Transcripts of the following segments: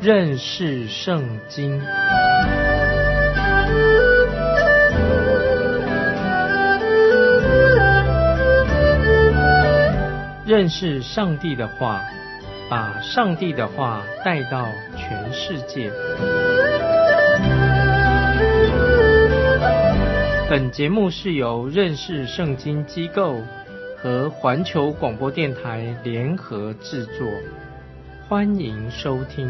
认识圣经。认识上帝的话，把上帝的话带到全世界。本节目是由认识圣经机构和环球广播电台联合制作，欢迎收听。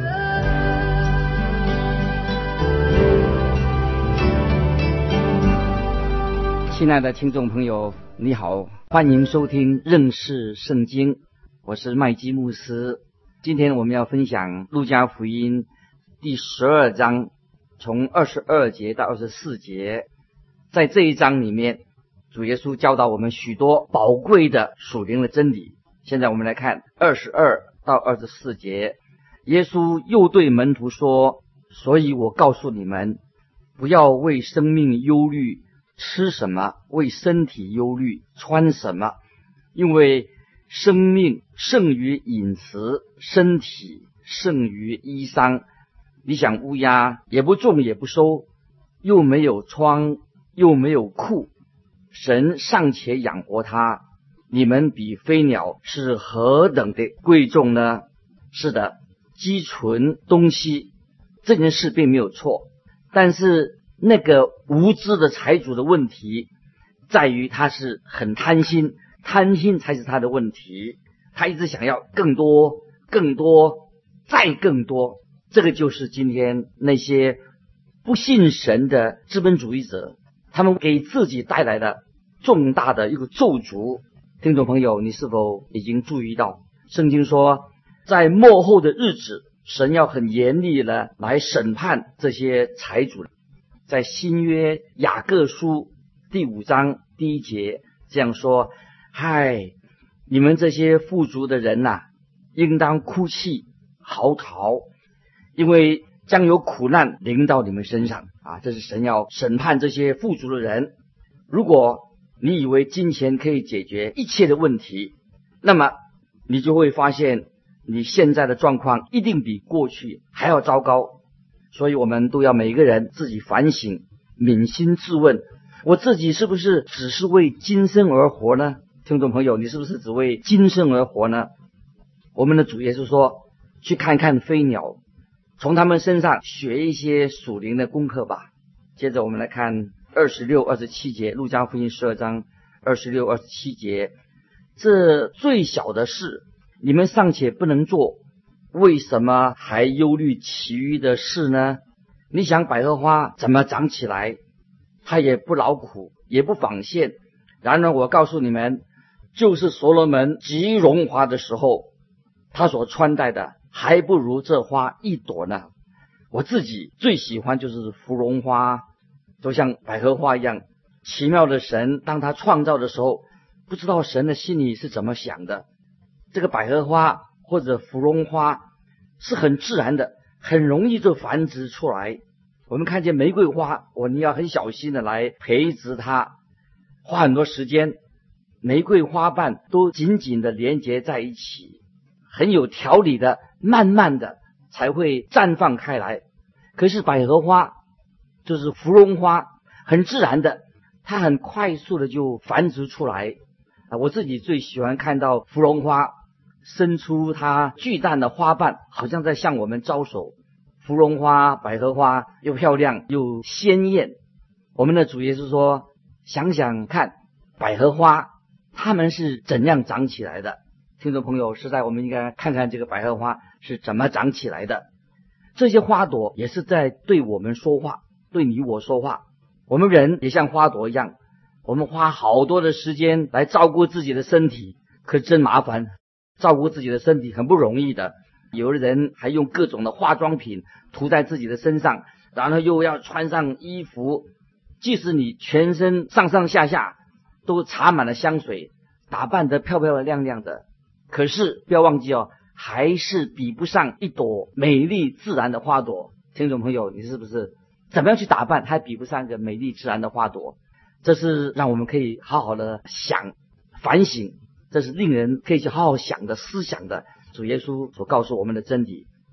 亲爱的听众朋友，你好，欢迎收听认识圣经，我是麦基牧师。今天我们要分享路加福音第12章，从22节到24节。在这一章里面，主耶稣教导我们许多宝贵的属灵的真理。现在我们来看22到24节，耶稣又对门徒说，所以我告诉你们，不要为生命忧虑吃什么，为身体忧虑穿什么，因为生命胜于饮食，身体胜于衣裳。你想乌鸦也不种也不收，又没有窗又没有库，神尚且养活它，你们比飞鸟是何等的贵重呢？是的，积存东西这件事并没有错，但是那个无知的财主的问题在于他是很贪心，贪心才是他的问题。他一直想要更多更多再更多，这个就是今天那些不信神的资本主义者，他们给自己带来的重大的一个咒诅。听众朋友，你是否已经注意到圣经说在末后的日子，神要很严厉的来审判这些财主。在新约雅各书第5章第1节这样说，嗨，你们这些富足的人啊，应当哭泣嚎啕，因为将有苦难临到你们身上啊！这是神要审判这些富足的人。如果你以为金钱可以解决一切的问题，那么你就会发现你现在的状况一定比过去还要糟糕。所以我们都要每个人自己反省，扪心自问，我自己是不是只是为今生而活呢？听众朋友，你是不是只为今生而活呢？我们的主耶稣说，去看看飞鸟，从他们身上学一些属灵的功课吧。接着我们来看26、27节，路加福音12章26、27节，这最小的事你们尚且不能做，为什么还忧虑其余的事呢？你想百合花怎么长起来？它也不劳苦，也不纺线。然而我告诉你们，就是所罗门极荣华的时候，他所穿戴的还不如这花一朵呢。我自己最喜欢就是芙蓉花，就像百合花一样奇妙的神，当他创造的时候，不知道神的心里是怎么想的。这个百合花或者芙蓉花是很自然的，很容易就繁殖出来。我们看见玫瑰花，你要很小心的来培植它，花很多时间，玫瑰花瓣都紧紧的连接在一起，很有条理的，慢慢的才会绽放开来。可是百合花就是芙蓉花，很自然的，它很快速的就繁殖出来。我自己最喜欢看到芙蓉花伸出它巨大的花瓣，好像在向我们招手。芙蓉花、百合花又漂亮又鲜艳。我们的主耶稣说，想想看，百合花它们是怎样长起来的。听众朋友，实在我们应该看看这个百合花是怎么长起来的。这些花朵也是在对我们说话，对你我说话。我们人也像花朵一样，我们花好多的时间来照顾自己的身体，可真麻烦，照顾自己的身体很不容易的。有的人还用各种的化妆品涂在自己的身上，然后又要穿上衣服，即使你全身上上下下都擦满了香水，打扮得漂漂亮亮的，可是不要忘记还是比不上一朵美丽自然的花朵。听众朋友，你是不是怎么样去打扮还比不上一个美丽自然的花朵？这是让我们可以好好的想反省，这是令人可以去好好想的思想的主耶稣所告诉我们的真理。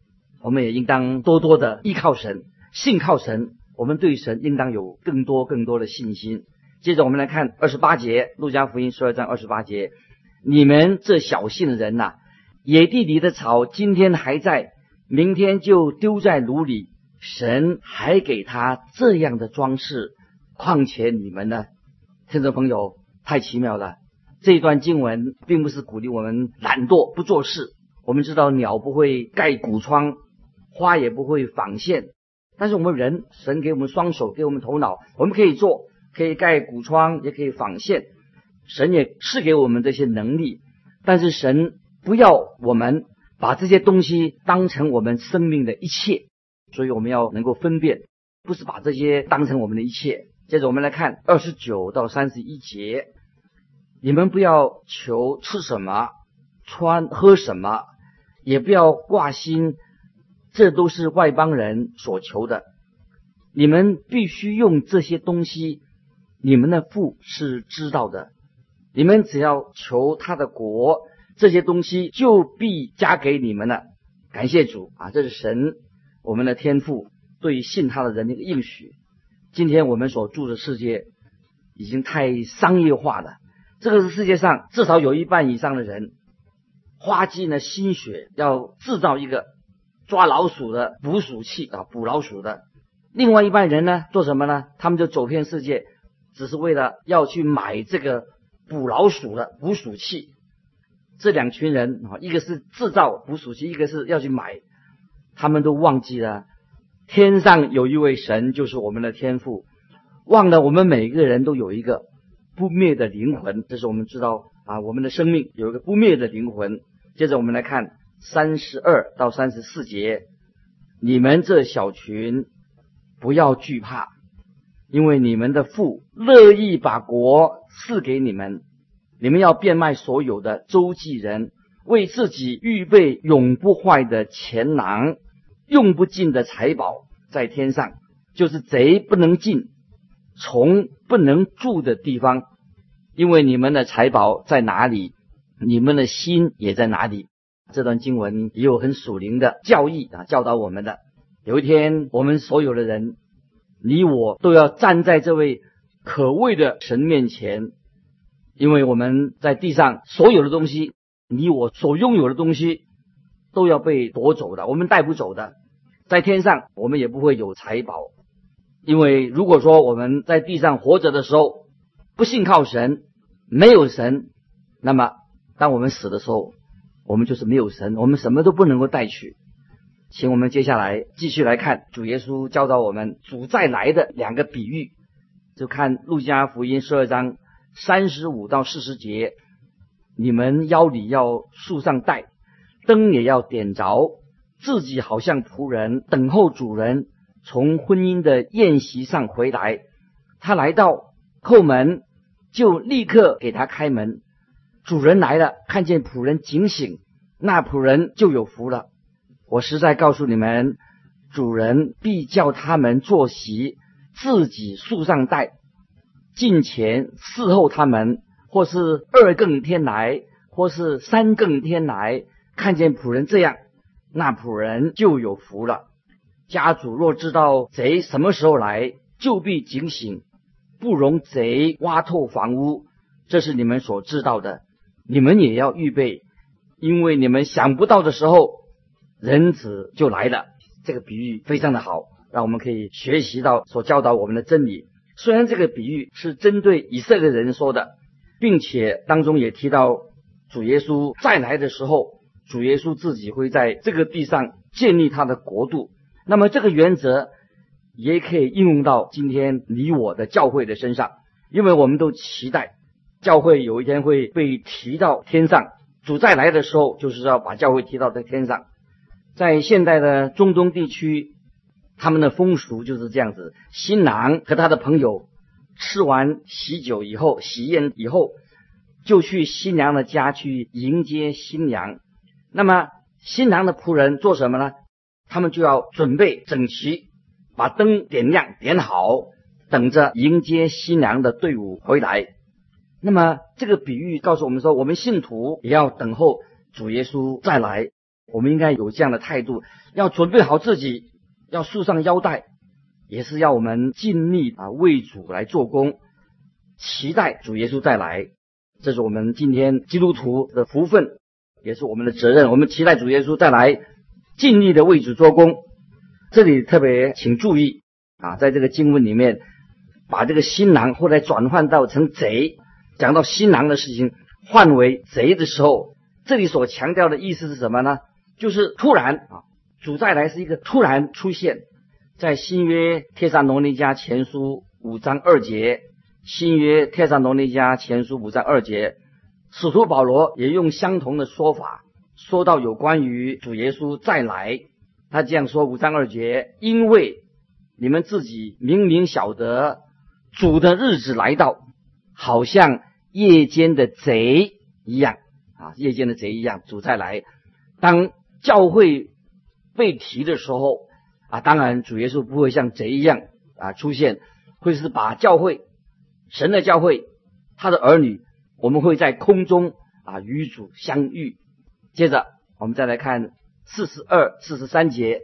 我们也应当多多的依靠神，信靠神，我们对神应当有更多的信心。接着我们来看28节，路加福音12章28节，你们这小信的人呐，野地里的草今天还在，明天就丢在炉里，神还给他这样的装饰，况且你们呢？听众朋友，太奇妙了。这一段经文并不是鼓励我们懒惰不做事。我们知道鸟不会盖谷仓，花也不会纺线，但是我们人，神给我们双手，给我们头脑，我们可以做，可以盖谷仓，也可以纺线。神也是给我们这些能力，但是神不要我们把这些东西当成我们生命的一切，所以我们要能够分辨，不是把这些当成我们的一切。接着我们来看29到31节，你们不要求吃什么穿喝什么，也不要挂心，这都是外邦人所求的。你们必须用这些东西，你们的父是知道的。你们只要求他的国，这些东西就必加给你们了。感谢主啊，这是神我们的天父对信他的人的一个应许。今天我们所住的世界已经太商业化了，这个世界上至少有一半以上的人花尽了心血要制造一个抓老鼠的捕鼠器啊，捕老鼠的。另外一半人呢，做什么呢？他们就走遍世界，只是为了要去买这个捕老鼠的捕鼠器。这两群人啊，一个是制造捕鼠器，一个是要去买，他们都忘记了天上有一位神，就是我们的天父，忘了我们每个人都有一个不灭的灵魂。这是我们知道啊，我们的生命有一个不灭的灵魂。接着我们来看32到34节，你们这小群不要惧怕，因为你们的父乐意把国赐给你们。你们要变卖所有的周济人，为自己预备永不坏的钱囊，用不尽的财宝在天上，就是贼不能进，虫不能住的地方。因为你们的财宝在哪里，你们的心也在哪里。这段经文也有很属灵的教义啊，教导我们的。有一天我们所有的人，你我都要站在这位可畏的神面前，因为我们在地上所有的东西，你我所拥有的东西都要被夺走的，我们带不走的。在天上我们也不会有财宝，因为如果说我们在地上活着的时候不信靠神，没有神，那么当我们死的时候，我们就是没有神，我们什么都不能够带去。请我们接下来继续来看主耶稣教导我们主再来的两个比喻，就看路加福音12章35到40节，你们腰里要束上带，灯也要点着，自己好像仆人等候主人从婚姻的宴席上回来，他来到叩门，就立刻给他开门。主人来了，看见仆人警醒，那仆人就有福了。我实在告诉你们，主人必叫他们坐席，自己束上带，近前伺候他们，或是二更天来，或是三更天来，看见仆人这样，那仆人就有福了。家主若知道贼什么时候来，就必警醒，不容贼挖透房屋。这是你们所知道的，你们也要预备，因为你们想不到的时候，人子就来了。这个比喻非常的好，让我们可以学习到所教导我们的真理。虽然这个比喻是针对以色列人说的，并且当中也提到主耶稣再来的时候，主耶稣自己会在这个地上建立他的国度。那么这个原则也可以应用到今天你我的教会的身上，因为我们都期待教会有一天会被提到天上，主再来的时候就是要把教会提到在天上。在现代的中东地区，他们的风俗就是这样子，新郎和他的朋友吃完喜酒以后，喜宴以后，就去新娘的家去迎接新娘。那么新郎的仆人做什么呢？他们就要准备整齐，把灯点亮点好，等着迎接新娘的队伍回来。那么这个比喻告诉我们说，我们信徒也要等候主耶稣再来。 我们应该有这样的态度，要准备好自己，要束上腰带，也是要我们尽力为主来做工，期待主耶稣再来。这是我们今天基督徒的福分，也是我们的责任。我们期待主耶稣再来，尽力的为主做工。这里特别请注意在这个经文里面，把这个新郎后来转换到成贼，讲到新郎的事情换为贼的时候，这里所强调的意思是什么呢？就是突然主再来是一个突然出现。在新约帖撒罗尼迦前书5章2节，新约帖撒罗尼迦前书5章2节，使徒保罗也用相同的说法说到有关于主耶稣再来。他这样说，5章2节，因为你们自己明明晓得主的日子来到，好像夜间的贼一样夜间的贼一样，主再来。当教会被提的时候当然主耶稣不会像贼一样出现，会是把教会，神的教会，他的儿女，我们会在空中与主相遇。接着我们再来看42、43节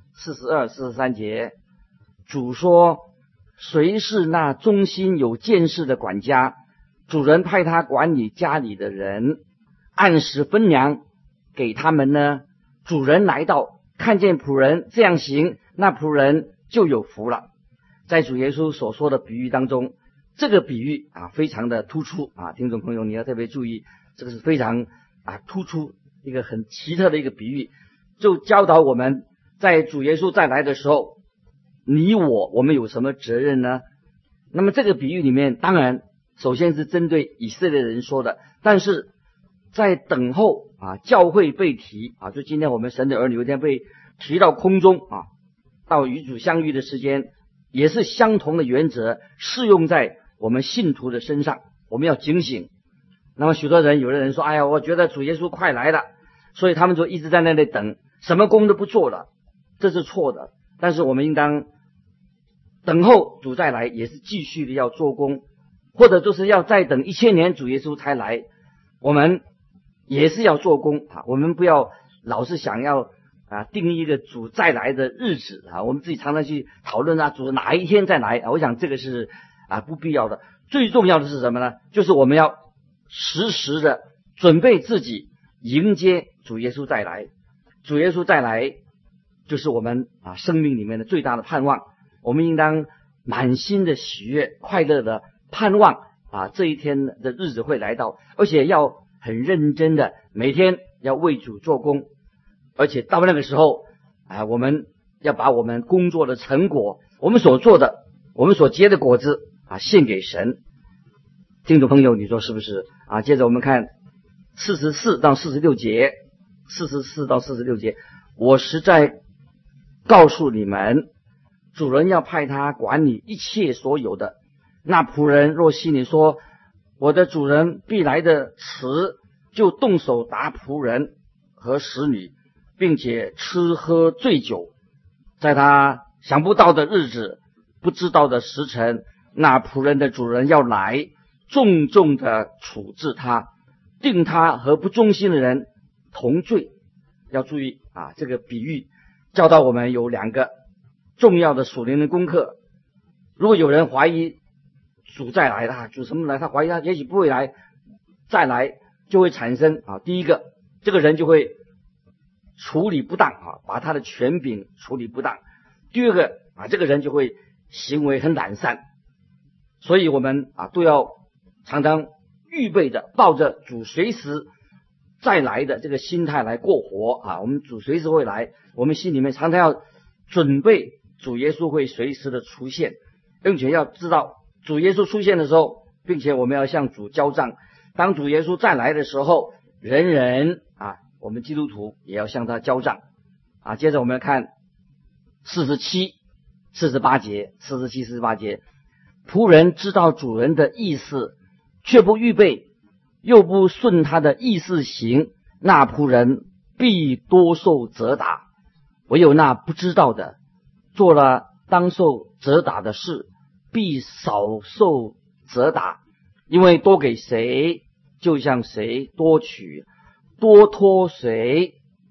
，42、43节，主说，谁是那忠心有见识的管家？主人派他管理家里的人，按时分粮给他们呢？主人来到，看见仆人这样行，那仆人就有福了。在主耶稣所说的比喻当中，这个比喻非常的突出听众朋友你要特别注意，这个是非常突出一个很奇特的一个比喻，就教导我们在主耶稣再来的时候，你我们有什么责任呢？那么这个比喻里面，当然首先是针对以色列人说的，但是在等候教会被提就今天我们神的儿女有一天被提到空中到与主相遇的时间，也是相同的原则适用在我们信徒的身上。我们要警醒。那么许多人，有的人说，哎呀，我觉得主耶稣快来了，所以他们就一直在那里等，什么工都不做了，这是错的。但是我们应当等候主再来，也是继续的要做工，或者就是要再等1000年主耶稣才来，我们也是要做工我们不要老是想要定一个主再来的日子我们自己常常去讨论主哪一天再来我想这个是不必要的。最重要的是什么呢？就是我们要时时的准备自己迎接主耶稣再来。主耶稣再来就是我们生命里面的最大的盼望，我们应当满心的喜悦快乐的盼望这一天的日子会来到，而且要很认真的每天要为主做工，而且到那个时候我们要把我们工作的成果，我们所做的，我们所结的果子献给神。听众朋友你说是不是接着我们看44到46节，44到46节，我实在告诉你们，主人要派他管理一切所有的。那仆人若心里说，我的主人必来的迟，就动手打仆人和使女，并且吃喝醉酒，在他想不到的日子，不知道的时辰，那仆人的主人要来，重重的处置他，定他和不忠心的人同罪。要注意这个比喻教导我们有2个重要的属灵的功课。如果有人怀疑主再来了，主什么来，他怀疑他也许不会来，再来就会产生第一个，这个人就会处理不当把他的权柄处理不当。第二个这个人就会行为很懒散。所以我们都要常常预备的抱着主随时再来的这个心态来过活我们主随时会来，我们心里面常常要准备主耶稣会随时的出现，并且要知道主耶稣出现的时候，并且我们要向主交账。当主耶稣再来的时候，人人我们基督徒也要向他交账接着我们看47、48节，47、48节，仆人知道主人的意思，却不预备，又不顺他的意思行，那仆人必多受责打。唯有那不知道的，做了当受责打的事，必少受责打。因为多给谁，就向谁多取；多托谁，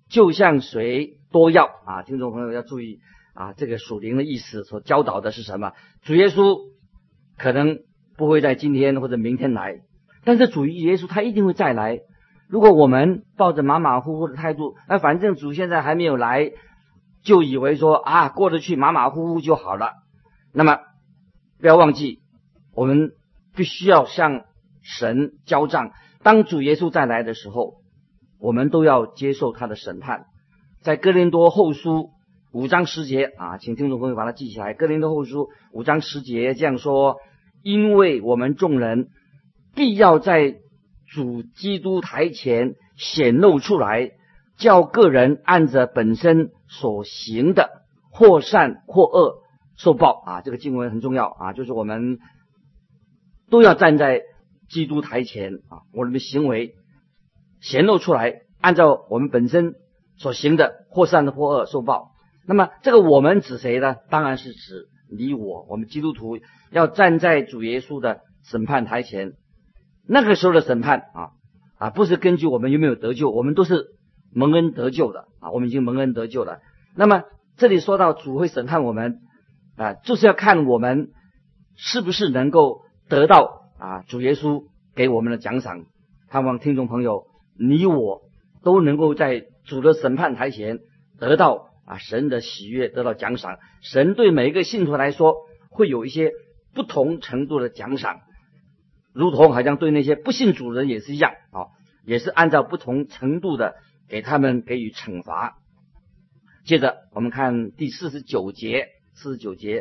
就向谁多要啊。听众朋友要注意啊，这个属灵的意思所教导的是什么？主耶稣可能不会在今天或者明天来，但是主耶稣他一定会再来。如果我们抱着马马虎虎的态度，反正主现在还没有来，就以为说啊过得去马马虎虎就好了，那么不要忘记，我们必须要向神交账。当主耶稣再来的时候，我们都要接受他的审判。在哥林多后书5章10节啊，请听众朋友把它记起来。哥林多后书5章10节这样说：因为我们众人必要在主基督台前显露出来，叫个人按着本身所行的，或善或恶受报啊。这个经文很重要啊，就是我们都要站在基督台前啊，我们的行为显露出来，按照我们本身所行的，或善或恶受报。那么这个我们指谁呢？当然是指你我，我们基督徒要站在主耶稣的审判台前。那个时候的审判不是根据我们有没有得救，我们都是蒙恩得救的啊，我们已经蒙恩得救了。那么这里说到主会审判我们就是要看我们是不是能够得到主耶稣给我们的奖赏。盼望听众朋友你我都能够在主的审判台前得到神的喜悦，得到奖赏。神对每一个信徒来说会有一些不同程度的奖赏，如同好像对那些不信主的人也是一样也是按照不同程度的给他们给予惩罚。接着我们看第49节，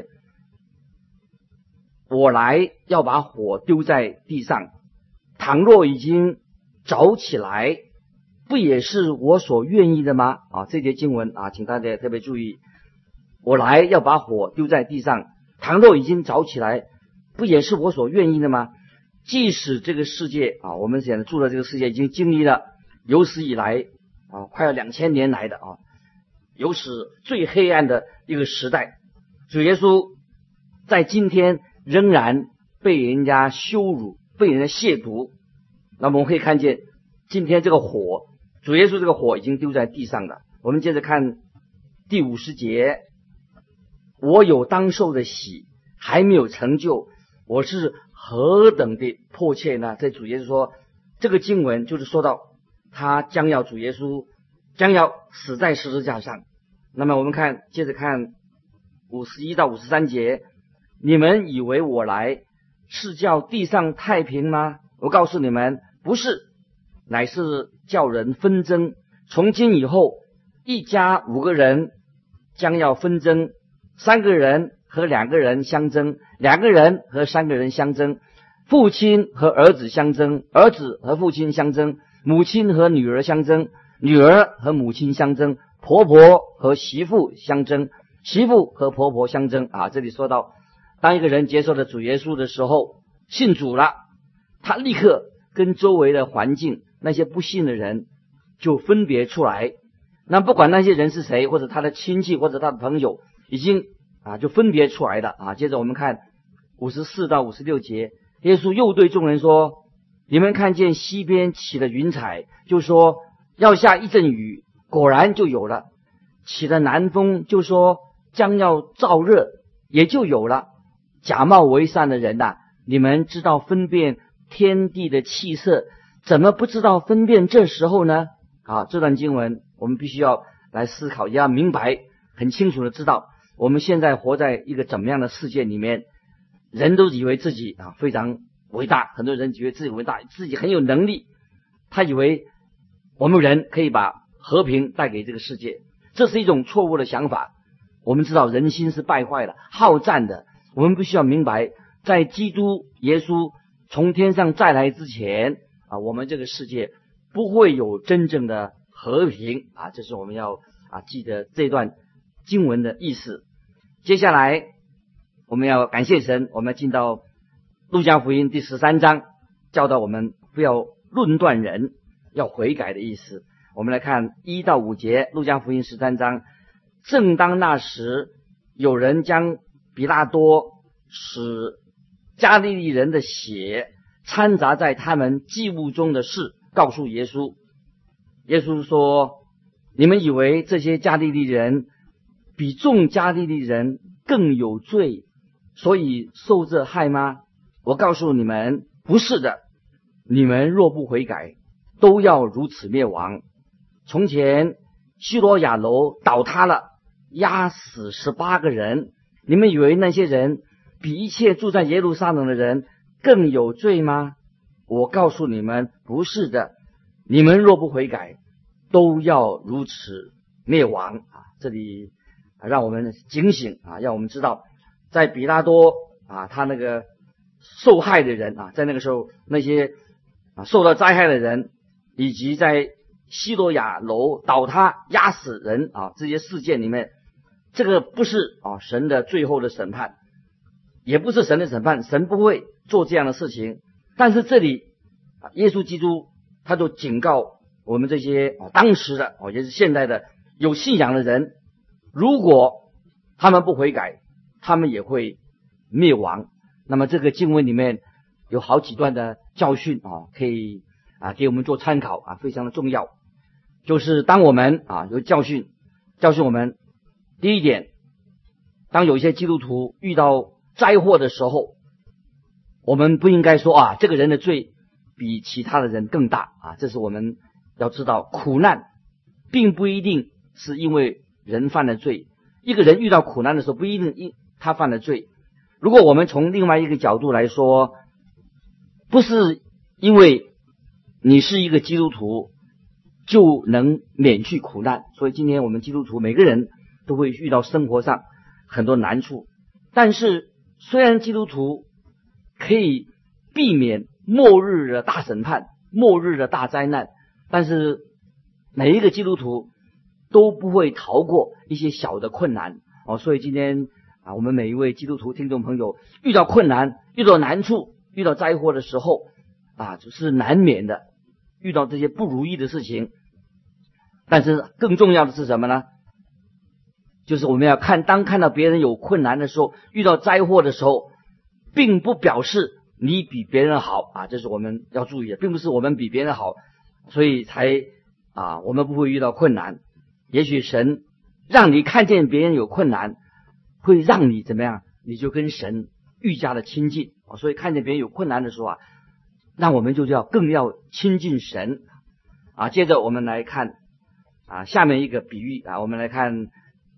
我来要把火丢在地上，倘若已经着起来，不也是我所愿意的吗？这节经文请大家特别注意，我来要把火丢在地上，倘若已经着起来，不也是我所愿意的吗？即使这个世界我们现在住的这个世界已经经历了有史以来快要2000年来的有史最黑暗的一个时代，主耶稣在今天仍然被人家羞辱，被人家亵渎。那么我们可以看见今天这个火，主耶稣这个火已经丢在地上了。我们接着看第50节，我有当受的喜还没有成就，我是何等的迫切呢？这主耶稣说，这个经文就是说到他将要主耶稣将要死在十字架上。那么我们接着看51到53节，你们以为我来是叫地上太平吗？我告诉你们，不是，乃是叫人纷争。从今以后，一家5个人将要纷争，3个人和2个人相争，2个人和3个人相争，父亲和儿子相争，儿子和父亲相争，母亲和女儿相争，女儿和母亲相争，婆婆和媳妇相争，媳妇和婆婆相争这里说到，当一个人接受了主耶稣的时候，信主了，他立刻跟周围的环境那些不信的人就分别出来。那不管那些人是谁，或者他的亲戚或者他的朋友，已经就分别出来了接着我们看54到56节，耶稣又对众人说，你们看见西边起了云彩，就说要下一阵雨，果然就有了。起了南风，就说将要燥热，也就有了。假冒为善的人你们知道分辨天地的气色，怎么不知道分辨这时候呢？这段经文我们必须要来思考，也要明白，很清楚的知道我们现在活在一个怎么样的世界里面。人都以为自己非常伟大，很多人觉得自己伟大，自己很有能力，他以为我们人可以把和平带给这个世界，这是一种错误的想法。我们知道人心是败坏的，好战的，我们必须要明白，在基督耶稣从天上再来之前我们这个世界不会有真正的和平这是我们要记得这段经文的意思。接下来我们要感谢神，我们要进到路加福音第13章，教导我们不要论断人，要悔改的意思。我们来看1到5节，路加福音13章。正当那时，有人将比拉多使加利利人的血掺杂在他们祭物中的事告诉耶稣。耶稣说， 你们以为这些加利利人比众加利利人更有罪，所以受这害吗？我告诉你们，不是的。你们若不悔改，都要如此灭亡。从前希罗亚楼倒塌了，压死18个人，你们以为那些人比一切住在耶路撒冷的人更有罪吗？我告诉你们，不是的。你们若不悔改，都要如此灭亡。这里让我们警醒让我们知道，在比拉多他那个受害的人在那个时候，那些受到灾害的人，以及在希罗亚楼倒塌压死人这些事件里面，这个不是神的最后的审判，也不是神的审判，神不会做这样的事情。但是这里耶稣基督他就警告我们这些当时的也是现在的有信仰的人，如果他们不悔改，他们也会灭亡。那么这个经文里面有好几段的教训可以给我们做参考非常的重要。就是当我们有教训我们，第一点，当有一些基督徒遇到灾祸的时候，我们不应该说这个人的罪比其他的人更大这是我们要知道，苦难并不一定是因为人犯了罪，一个人遇到苦难的时候不一定他犯了罪。如果我们从另外一个角度来说，不是因为你是一个基督徒就能免去苦难。所以今天我们基督徒每个人都会遇到生活上很多难处，但是虽然基督徒可以避免末日的大审判、末日的大灾难，但是每一个基督徒都不会逃过一些小的困难所以今天我们每一位基督徒听众朋友遇到困难、遇到难处、遇到灾祸的时候就是难免的遇到这些不如意的事情。但是更重要的是什么呢？就是我们要当看到别人有困难的时候，遇到灾祸的时候，并不表示你比别人好这是我们要注意的，并不是我们比别人好，所以才我们不会遇到困难。也许神让你看见别人有困难，会让你怎么样？你就跟神愈加的亲近所以看见别人有困难的时候那我们就更要亲近神接着我们来看下面一个比喻我们来看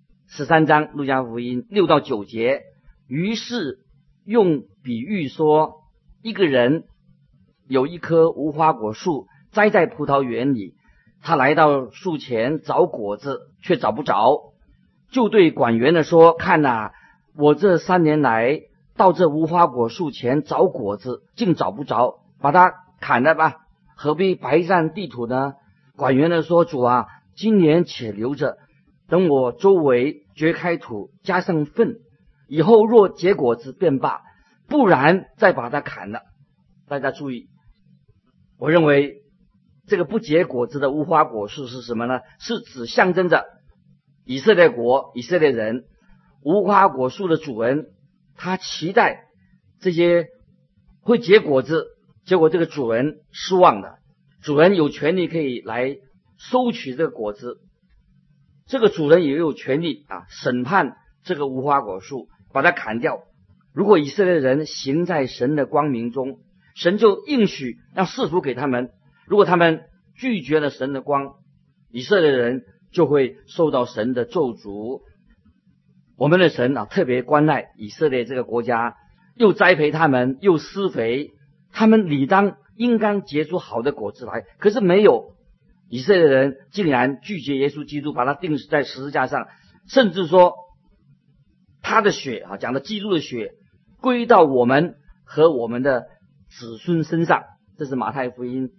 13章路加福音6到9节。于是用比喻说，一个人有一棵无花果树栽在葡萄园里，他来到树前找果子，却找不着，就对管园的说，看我这3年来到这无花果树前找果子，竟找不着，把它砍了吧，何必白占地土呢？管园的说，主今年且留着，等我周围掘开土，加上粪，以后若结果子便罢，不然再把它砍了。大家注意，我认为这个不结果子的无花果树是什么呢？是指象征着以色列国、以色列人。无花果树的主人他期待这些会结果子，结果这个主人失望了。主人有权利可以来收取这个果子，这个主人也有权利审判这个无花果树，把它砍掉。如果以色列人行在神的光明中，神就应许要赐福给他们；如果他们拒绝了神的光，以色列人就会受到神的咒诅。我们的神特别关爱以色列这个国家，又栽培他们，又施肥，他们应当结出好的果子来。可是没有，以色列人竟然拒绝耶稣基督，把他钉死在十字架上，甚至说他的血讲的基督的血归到我们和我们的子孙身上。这是马太福音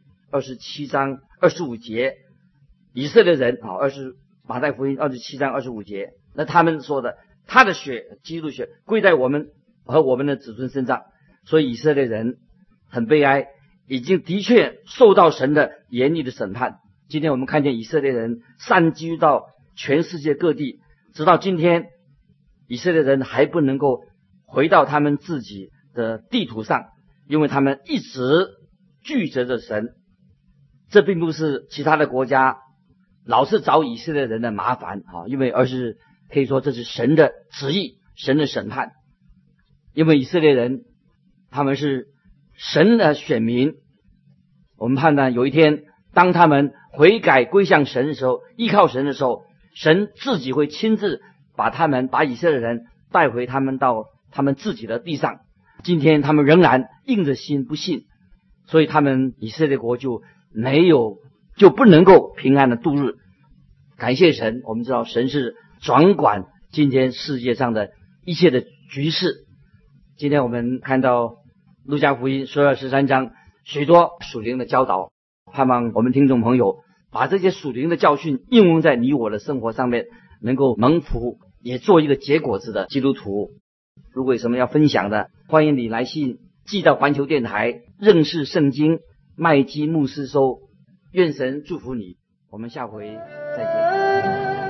27章25节，以色列人马太福音27章25节，那他们说的他的血，基督的血归在我们和我们的子孙身上。所以以色列人很悲哀，已经的确受到神的严厉的审判。今天我们看见以色列人散居到全世界各地，直到今天以色列人还不能够回到他们自己的地图上，因为他们一直拒绝着神。这并不是其他的国家老是找以色列人的麻烦啊，而是可以说这是神的旨意，神的审判。因为以色列人他们是神的选民，我们判断有一天当他们悔改归向神的时候，依靠神的时候，神自己会亲自把以色列人带回他们到他们自己的地上。今天他们仍然硬着心不信，所以他们以色列国就不能够平安的度日。感谢神，我们知道神是掌管今天世界上的一切的局势。今天我们看到路加福音12、13章许多属灵的教导，盼望我们听众朋友把这些属灵的教训应用在你我的生活上面，能够蒙福，也做一个结果子的基督徒。如果有什么要分享的，欢迎你来信寄到环球电台认识圣经麦基牧师收。愿神祝福你，我们下回再见。